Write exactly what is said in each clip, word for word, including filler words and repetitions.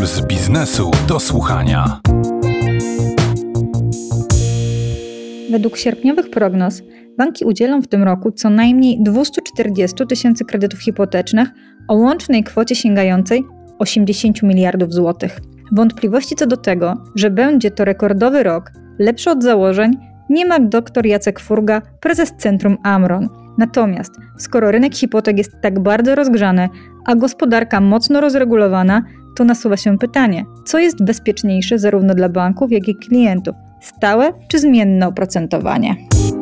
Puls biznesu do słuchania. Według sierpniowych prognoz banki udzielą w tym roku co najmniej dwieście czterdzieści tysięcy kredytów hipotecznych o łącznej kwocie sięgającej osiemdziesiąt miliardów złotych. Wątpliwości co do tego, że będzie to rekordowy rok, lepszy od założeń, nie ma dr Jacek Furga, prezes Centrum Amron. Natomiast skoro rynek hipotek jest tak bardzo rozgrzany, a gospodarka mocno rozregulowana, to nasuwa się pytanie, co jest bezpieczniejsze zarówno dla banków, jak i klientów? Stałe czy zmienne oprocentowanie?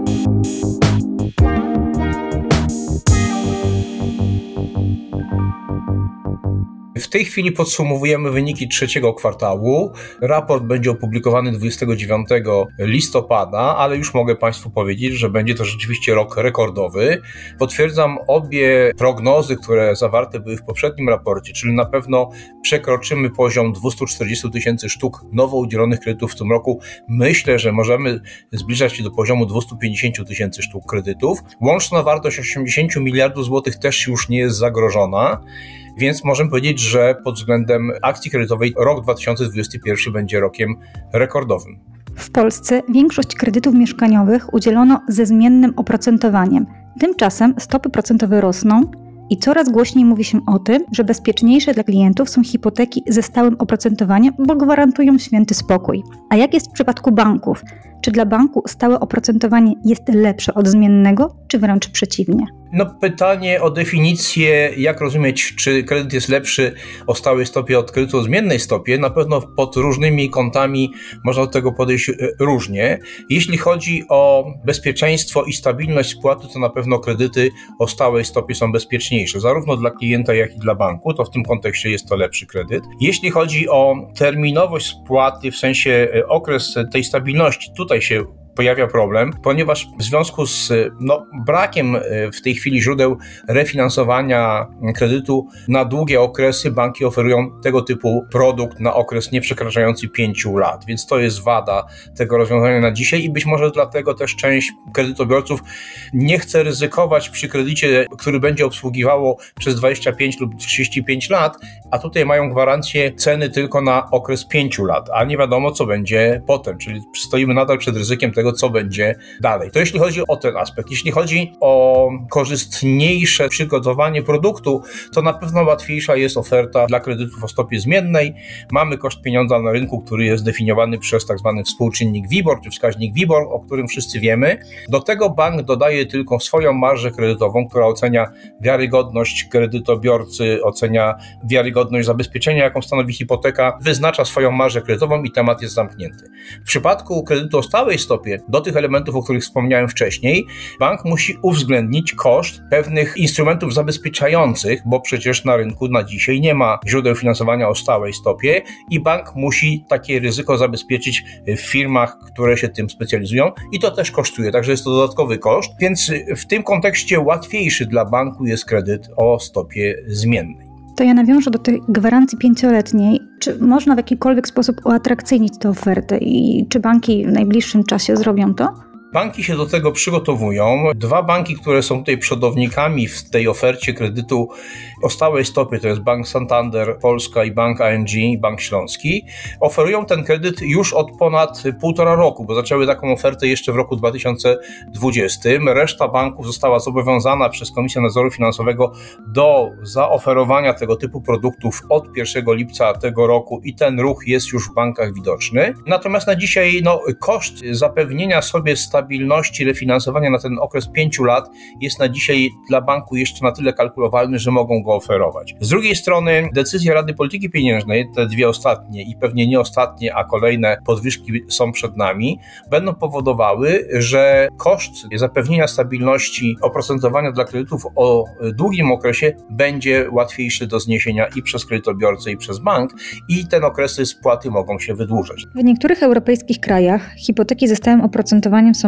W tej chwili podsumowujemy wyniki trzeciego kwartału. Raport będzie opublikowany dwudziestego dziewiątego listopada, ale już mogę Państwu powiedzieć, że będzie to rzeczywiście rok rekordowy. Potwierdzam obie prognozy, które zawarte były w poprzednim raporcie, czyli na pewno przekroczymy poziom dwieście czterdzieści tysięcy sztuk nowo udzielonych kredytów w tym roku. Myślę, że możemy zbliżać się do poziomu dwieście pięćdziesiąt tysięcy sztuk kredytów. Łączna wartość osiemdziesiąt miliardów złotych też już nie jest zagrożona. Więc możemy powiedzieć, że pod względem akcji kredytowej rok dwa tysiące dwudziesty pierwszy będzie rokiem rekordowym. W Polsce większość kredytów mieszkaniowych udzielono ze zmiennym oprocentowaniem. Tymczasem stopy procentowe rosną i coraz głośniej mówi się o tym, że bezpieczniejsze dla klientów są hipoteki ze stałym oprocentowaniem, bo gwarantują święty spokój. A jak jest w przypadku banków? Czy dla banku stałe oprocentowanie jest lepsze od zmiennego, czy wręcz przeciwnie? No pytanie o definicję, jak rozumieć, czy kredyt jest lepszy o stałej stopie od kredytu o zmiennej stopie. Na pewno pod różnymi kątami można do tego podejść różnie. Jeśli chodzi o bezpieczeństwo i stabilność spłaty, to na pewno kredyty o stałej stopie są bezpieczniejsze, zarówno dla klienta, jak i dla banku, to w tym kontekście jest to lepszy kredyt. Jeśli chodzi o terminowość spłaty, w sensie okres tej stabilności, tutaj się pojawia problem, ponieważ w związku z no, brakiem w tej chwili źródeł refinansowania kredytu na długie okresy banki oferują tego typu produkt na okres nie przekraczający pięciu lat, więc to jest wada tego rozwiązania na dzisiaj i być może dlatego też część kredytobiorców nie chce ryzykować przy kredycie, który będzie obsługiwało przez dwadzieścia pięć lub trzydzieści pięć lat, a tutaj mają gwarancję ceny tylko na okres pięciu lat, a nie wiadomo co będzie potem, czyli stoimy nadal przed ryzykiem tego, co będzie dalej. To jeśli chodzi o ten aspekt. Jeśli chodzi o korzystniejsze przygotowanie produktu, to na pewno łatwiejsza jest oferta dla kredytów o stopie zmiennej. Mamy koszt pieniądza na rynku, który jest definiowany przez tak zwany współczynnik WIBOR, czy wskaźnik WIBOR, o którym wszyscy wiemy. Do tego bank dodaje tylko swoją marżę kredytową, która ocenia wiarygodność kredytobiorcy, ocenia wiarygodność zabezpieczenia, jaką stanowi hipoteka, wyznacza swoją marżę kredytową i temat jest zamknięty. W przypadku kredytu o stałej stopie do tych elementów, o których wspomniałem wcześniej, bank musi uwzględnić koszt pewnych instrumentów zabezpieczających, bo przecież na rynku na dzisiaj nie ma źródeł finansowania o stałej stopie i bank musi takie ryzyko zabezpieczyć w firmach, które się tym specjalizują i to też kosztuje, także jest to dodatkowy koszt, więc w tym kontekście łatwiejszy dla banku jest kredyt o stopie zmiennej. To ja nawiążę do tej gwarancji pięcioletniej. Czy można w jakikolwiek sposób uatrakcyjnić tę ofertę i czy banki w najbliższym czasie zrobią to? Banki się do tego przygotowują. Dwa banki, które są tutaj przodownikami w tej ofercie kredytu o stałej stopie, to jest Bank Santander Polska i Bank A N G, Bank Śląski, oferują ten kredyt już od ponad półtora roku, bo zaczęły taką ofertę jeszcze w roku dwa tysiące dwudziestym. Reszta banków została zobowiązana przez Komisję Nadzoru Finansowego do zaoferowania tego typu produktów od pierwszego lipca tego roku i ten ruch jest już w bankach widoczny. Natomiast na dzisiaj no, koszt zapewnienia sobie stabilności refinansowania na ten okres pięciu lat jest na dzisiaj dla banku jeszcze na tyle kalkulowalny, że mogą go oferować. Z drugiej strony decyzja Rady Polityki Pieniężnej, te dwie ostatnie i pewnie nie ostatnie, a kolejne podwyżki są przed nami, będą powodowały, że koszt zapewnienia stabilności oprocentowania dla kredytów o długim okresie będzie łatwiejszy do zniesienia i przez kredytobiorcę, i przez bank i te okresy spłaty mogą się wydłużać. W niektórych europejskich krajach hipoteki ze stałym oprocentowaniem są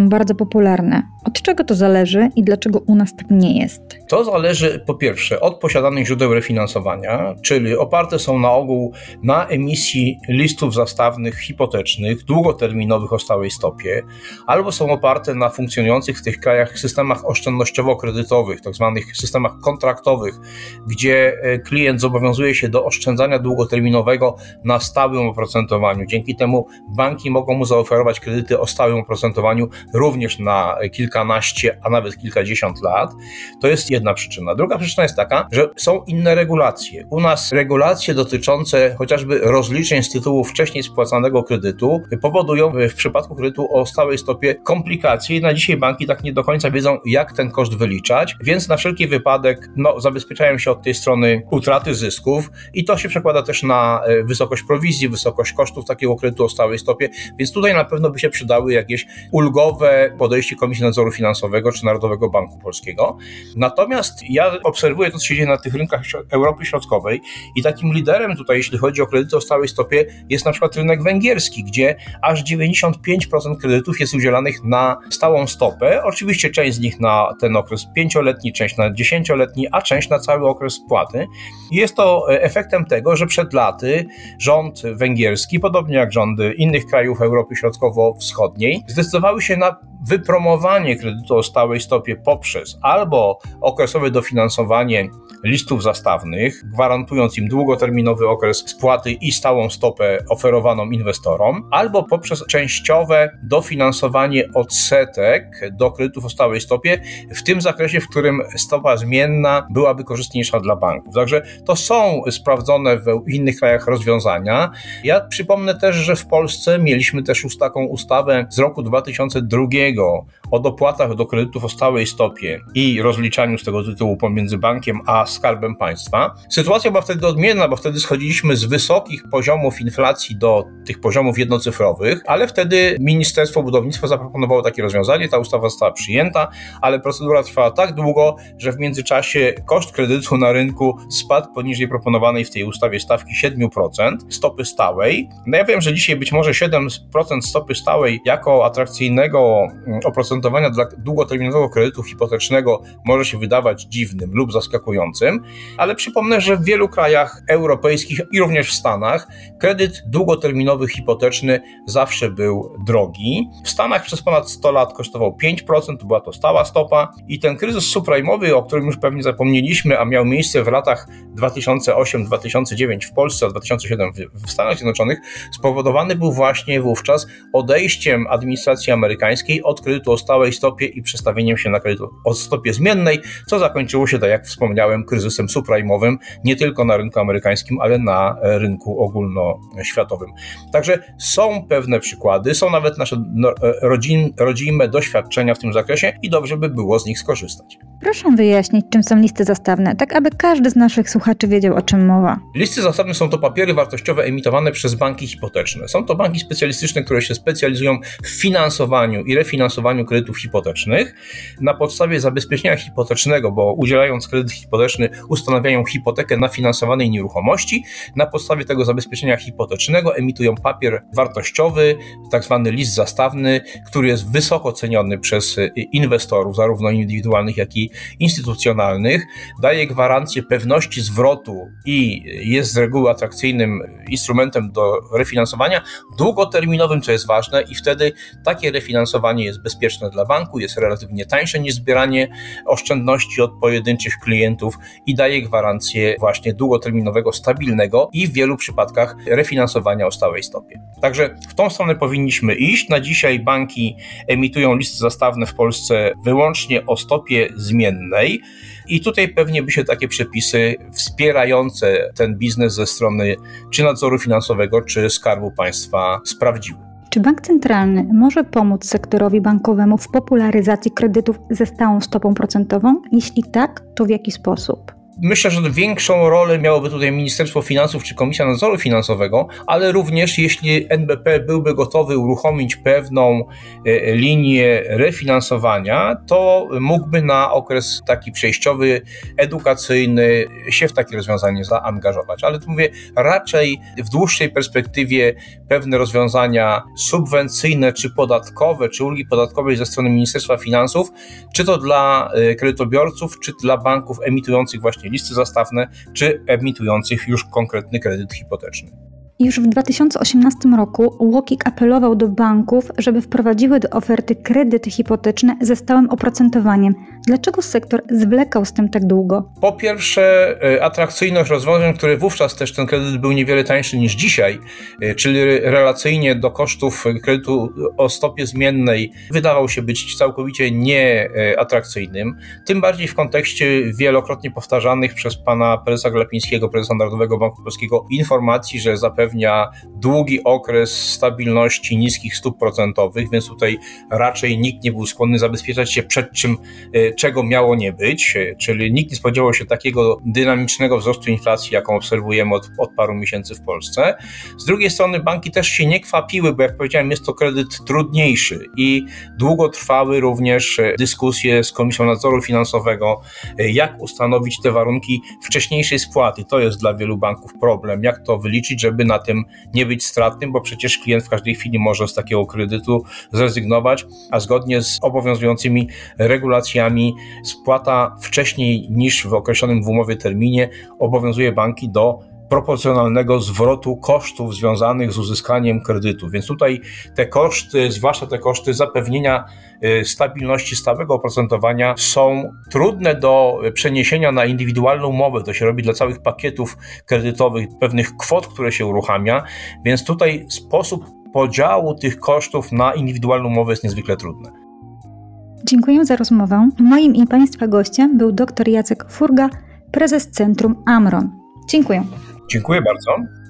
są bardzo popularne. Od czego to zależy i dlaczego u nas tak nie jest? To zależy po pierwsze od posiadanych źródeł refinansowania, czyli oparte są na ogół na emisji listów zastawnych hipotecznych, długoterminowych o stałej stopie, albo są oparte na funkcjonujących w tych krajach systemach oszczędnościowo-kredytowych, tak zwanych systemach kontraktowych, gdzie klient zobowiązuje się do oszczędzania długoterminowego na stałym oprocentowaniu. Dzięki temu banki mogą mu zaoferować kredyty o stałym oprocentowaniu również na kilkanaście, a nawet kilkadziesiąt lat. To jest jedna przyczyna. Druga przyczyna jest taka, że są inne regulacje. U nas regulacje dotyczące chociażby rozliczeń z tytułu wcześniej spłacanego kredytu powodują w przypadku kredytu o stałej stopie komplikacje i na dzisiaj banki tak nie do końca wiedzą, jak ten koszt wyliczać, więc na wszelki wypadek no, zabezpieczają się od tej strony utraty zysków i to się przekłada też na wysokość prowizji, wysokość kosztów takiego kredytu o stałej stopie, więc tutaj na pewno by się przydały jakieś ulgowe podejście Komisji Nadzoru Finansowego czy Narodowego Banku Polskiego. Natomiast ja obserwuję to, co się dzieje na tych rynkach Europy Środkowej i takim liderem tutaj, jeśli chodzi o kredyty o stałej stopie, jest na przykład rynek węgierski, gdzie aż dziewięćdziesiąt pięć procent kredytów jest udzielanych na stałą stopę. Oczywiście część z nich na ten okres pięcioletni, część na dziesięcioletni, a część na cały okres spłaty. Jest to efektem tego, że przed laty rząd węgierski, podobnie jak rządy innych krajów Europy Środkowo-Wschodniej, zdecydowały się na wypromowanie kredytu o stałej stopie poprzez albo okresowe dofinansowanie listów zastawnych, gwarantując im długoterminowy okres spłaty i stałą stopę oferowaną inwestorom, albo poprzez częściowe dofinansowanie odsetek do kredytów o stałej stopie w tym zakresie, w którym stopa zmienna byłaby korzystniejsza dla banków. Także to są sprawdzone w innych krajach rozwiązania. Ja przypomnę też, że w Polsce mieliśmy też już taką ustawę z roku dwa tysiące drugiego o dopłatach do kredytów o stałej stopie i rozliczaniu z tego tytułu pomiędzy bankiem a Skarbem Państwa. Sytuacja była wtedy odmienna, bo wtedy schodziliśmy z wysokich poziomów inflacji do tych poziomów jednocyfrowych, ale wtedy Ministerstwo Budownictwa zaproponowało takie rozwiązanie, ta ustawa została przyjęta, ale procedura trwała tak długo, że w międzyczasie koszt kredytu na rynku spadł poniżej proponowanej w tej ustawie stawki siedem procent stopy stałej. No ja wiem, że dzisiaj być może siedem procent stopy stałej jako atrakcyjnego oprocentowania dla długoterminowego kredytu hipotecznego może się wydawać dziwnym lub zaskakującym, ale przypomnę, że w wielu krajach europejskich i również w Stanach kredyt długoterminowy hipoteczny zawsze był drogi. W Stanach przez ponad sto lat kosztował pięć procent, była to stała stopa i ten kryzys subprime'owy, o którym już pewnie zapomnieliśmy, a miał miejsce w latach dwa tysiące osiem do dwa tysiące dziewięć w Polsce, a dwa tysiące siedem w Stanach Zjednoczonych, spowodowany był właśnie wówczas odejściem administracji amerykańskiej od kredytu o stałej stopie i przestawieniem się na kredyt o stopie zmiennej, co zakończyło się, tak jak wspomniałem, kryzysem subprime'owym nie tylko na rynku amerykańskim, ale na rynku ogólnoświatowym. Także są pewne przykłady, są nawet nasze rodzin, rodzime doświadczenia w tym zakresie i dobrze by było z nich skorzystać. Proszę wyjaśnić, czym są listy zastawne, tak aby każdy z naszych słuchaczy wiedział, o czym mowa. Listy zastawne są to papiery wartościowe emitowane przez banki hipoteczne. Są to banki specjalistyczne, które się specjalizują w finansowaniu i refinansowaniu kredytów hipotecznych na podstawie zabezpieczenia hipotecznego, bo udzielając kredyt hipoteczny ustanawiają hipotekę na finansowanej nieruchomości. Na podstawie tego zabezpieczenia hipotecznego emitują papier wartościowy, tak zwany list zastawny, który jest wysoko ceniony przez inwestorów, zarówno indywidualnych, jak i instytucjonalnych. Daje gwarancję pewności zwrotu i jest z reguły atrakcyjnym instrumentem do refinansowania długoterminowym, co jest ważne, i wtedy takie refinansowanie jest bezpieczne dla banku, jest relatywnie tańsze niż zbieranie oszczędności od pojedynczych klientów i daje gwarancję właśnie długoterminowego, stabilnego i w wielu przypadkach refinansowania o stałej stopie. Także w tą stronę powinniśmy iść. Na dzisiaj banki emitują listy zastawne w Polsce wyłącznie o stopie zmiennej i tutaj pewnie by się takie przepisy wspierające ten biznes ze strony czy nadzoru finansowego, czy Skarbu Państwa sprawdziły. Czy bank centralny może pomóc sektorowi bankowemu w popularyzacji kredytów ze stałą stopą procentową? Jeśli tak, to w jaki sposób? Myślę, że większą rolę miałoby tutaj Ministerstwo Finansów czy Komisja Nadzoru Finansowego, ale również jeśli N B P byłby gotowy uruchomić pewną linię refinansowania, to mógłby na okres taki przejściowy, edukacyjny się w takie rozwiązanie zaangażować. Ale tu mówię, raczej w dłuższej perspektywie pewne rozwiązania subwencyjne czy podatkowe, czy ulgi podatkowej ze strony Ministerstwa Finansów, czy to dla kredytobiorców, czy dla banków emitujących właśnie listy zastawne, czy emitujących już konkretny kredyt hipoteczny. Już w dwa tysiące osiemnastym roku UOKiK apelował do banków, żeby wprowadziły do oferty kredyty hipoteczne ze stałym oprocentowaniem. Dlaczego sektor zwlekał z tym tak długo? Po pierwsze, atrakcyjność rozwiązań, które wówczas też ten kredyt był niewiele tańszy niż dzisiaj, czyli relacyjnie do kosztów kredytu o stopie zmiennej wydawał się być całkowicie nieatrakcyjnym. Tym bardziej w kontekście wielokrotnie powtarzanych przez pana prezesa Glapińskiego, prezesa Narodowego Banku Polskiego informacji, że zapewnia długi okres stabilności niskich stóp procentowych, więc tutaj raczej nikt nie był skłonny zabezpieczać się przed czym, czego miało nie być, czyli nikt nie spodziewał się takiego dynamicznego wzrostu inflacji, jaką obserwujemy od, od paru miesięcy w Polsce. Z drugiej strony banki też się nie kwapiły, bo jak powiedziałem, jest to kredyt trudniejszy i długo trwały również dyskusje z Komisją Nadzoru Finansowego, jak ustanowić te warunki wcześniejszej spłaty. To jest dla wielu banków problem, jak to wyliczyć, żeby na tym nie być stratnym, bo przecież klient w każdej chwili może z takiego kredytu zrezygnować, a zgodnie z obowiązującymi regulacjami spłata wcześniej niż w określonym w umowie terminie obowiązuje banki do proporcjonalnego zwrotu kosztów związanych z uzyskaniem kredytu. Więc tutaj te koszty, zwłaszcza te koszty zapewnienia stabilności stałego oprocentowania są trudne do przeniesienia na indywidualną umowę. To się robi dla całych pakietów kredytowych, pewnych kwot, które się uruchamia, więc tutaj sposób podziału tych kosztów na indywidualną umowę jest niezwykle trudny. Dziękuję za rozmowę. Moim i Państwa gościem był dr Jacek Furga, prezes Centrum Amron. Dziękuję. Dziękuję bardzo.